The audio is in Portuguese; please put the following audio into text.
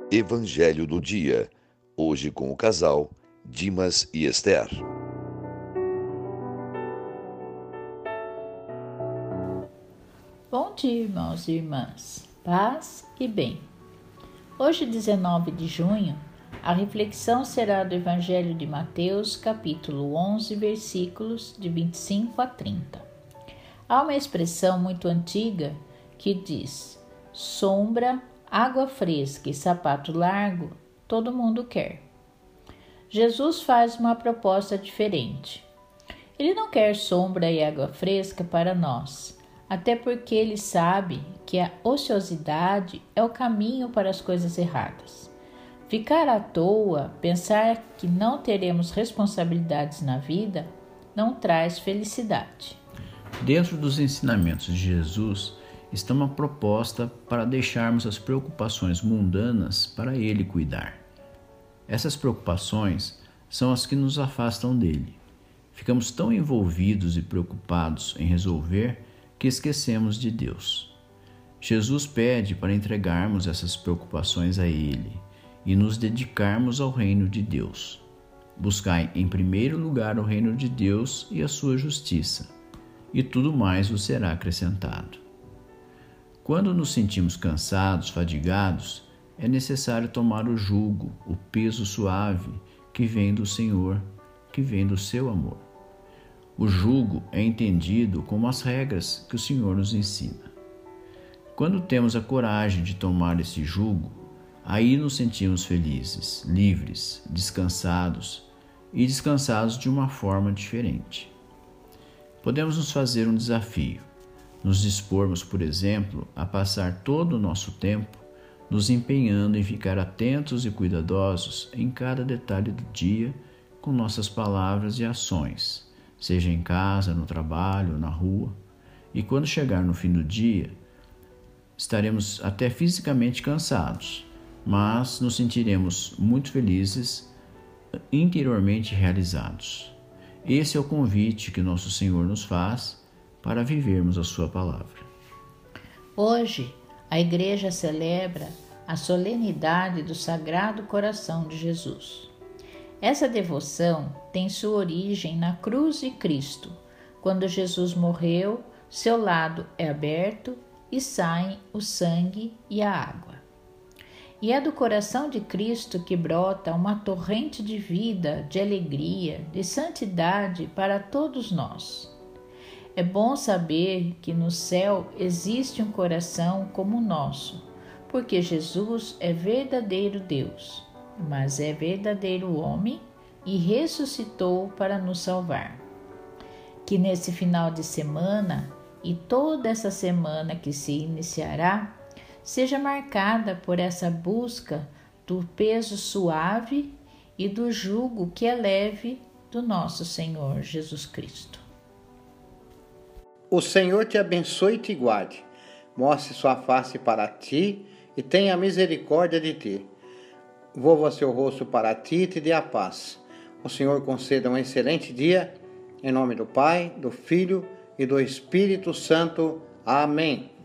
Evangelho do Dia, hoje com o casal Dimas e Esther. Bom dia, irmãos e irmãs, paz e bem. Hoje, 19 de junho, a reflexão será do Evangelho de Mateus, capítulo 11, versículos de 25 a 30. Há uma expressão muito antiga que diz: sombra, água fresca e sapato largo, todo mundo quer. Jesus faz uma proposta diferente. Ele não quer sombra e água fresca para nós, até porque ele sabe que a ociosidade é o caminho para as coisas erradas. Ficar à toa, pensar que não teremos responsabilidades na vida, não traz felicidade. Dentro dos ensinamentos de Jesus está uma proposta para deixarmos as preocupações mundanas para Ele cuidar. Essas preocupações são as que nos afastam dele. Ficamos tão envolvidos e preocupados em resolver que esquecemos de Deus. Jesus pede para entregarmos essas preocupações a Ele e nos dedicarmos ao reino de Deus. Buscai em primeiro lugar o reino de Deus e a sua justiça, e tudo mais vos será acrescentado. Quando nos sentimos cansados, fadigados, é necessário tomar o jugo, o peso suave que vem do Senhor, que vem do seu amor. O jugo é entendido como as regras que o Senhor nos ensina. Quando temos a coragem de tomar esse jugo, aí nos sentimos felizes, livres, descansados e descansados de uma forma diferente. Podemos nos fazer um desafio, nos dispormos, por exemplo, a passar todo o nosso tempo nos empenhando em ficar atentos e cuidadosos em cada detalhe do dia com nossas palavras e ações, seja em casa, no trabalho, na rua. E quando chegar no fim do dia, estaremos até fisicamente cansados, mas nos sentiremos muito felizes, interiormente realizados. Esse é o convite que nosso Senhor nos faz para vivermos a sua palavra. Hoje, a Igreja celebra a solenidade do Sagrado Coração de Jesus. Essa devoção tem sua origem na cruz de Cristo. Quando Jesus morreu, seu lado é aberto e saem o sangue e a água. E é do coração de Cristo que brota uma torrente de vida, de alegria, de santidade para todos nós. É bom saber que no céu existe um coração como o nosso, porque Jesus é verdadeiro Deus, mas é verdadeiro homem e ressuscitou para nos salvar. Que nesse final de semana e toda essa semana que se iniciará, seja marcada por essa busca do peso suave e do jugo que é leve do nosso Senhor Jesus Cristo. O Senhor te abençoe e te guarde, mostre sua face para ti e tenha misericórdia de ti. Volva seu rosto para ti e te dê a paz. O Senhor conceda um excelente dia, em nome do Pai, do Filho e do Espírito Santo. Amém.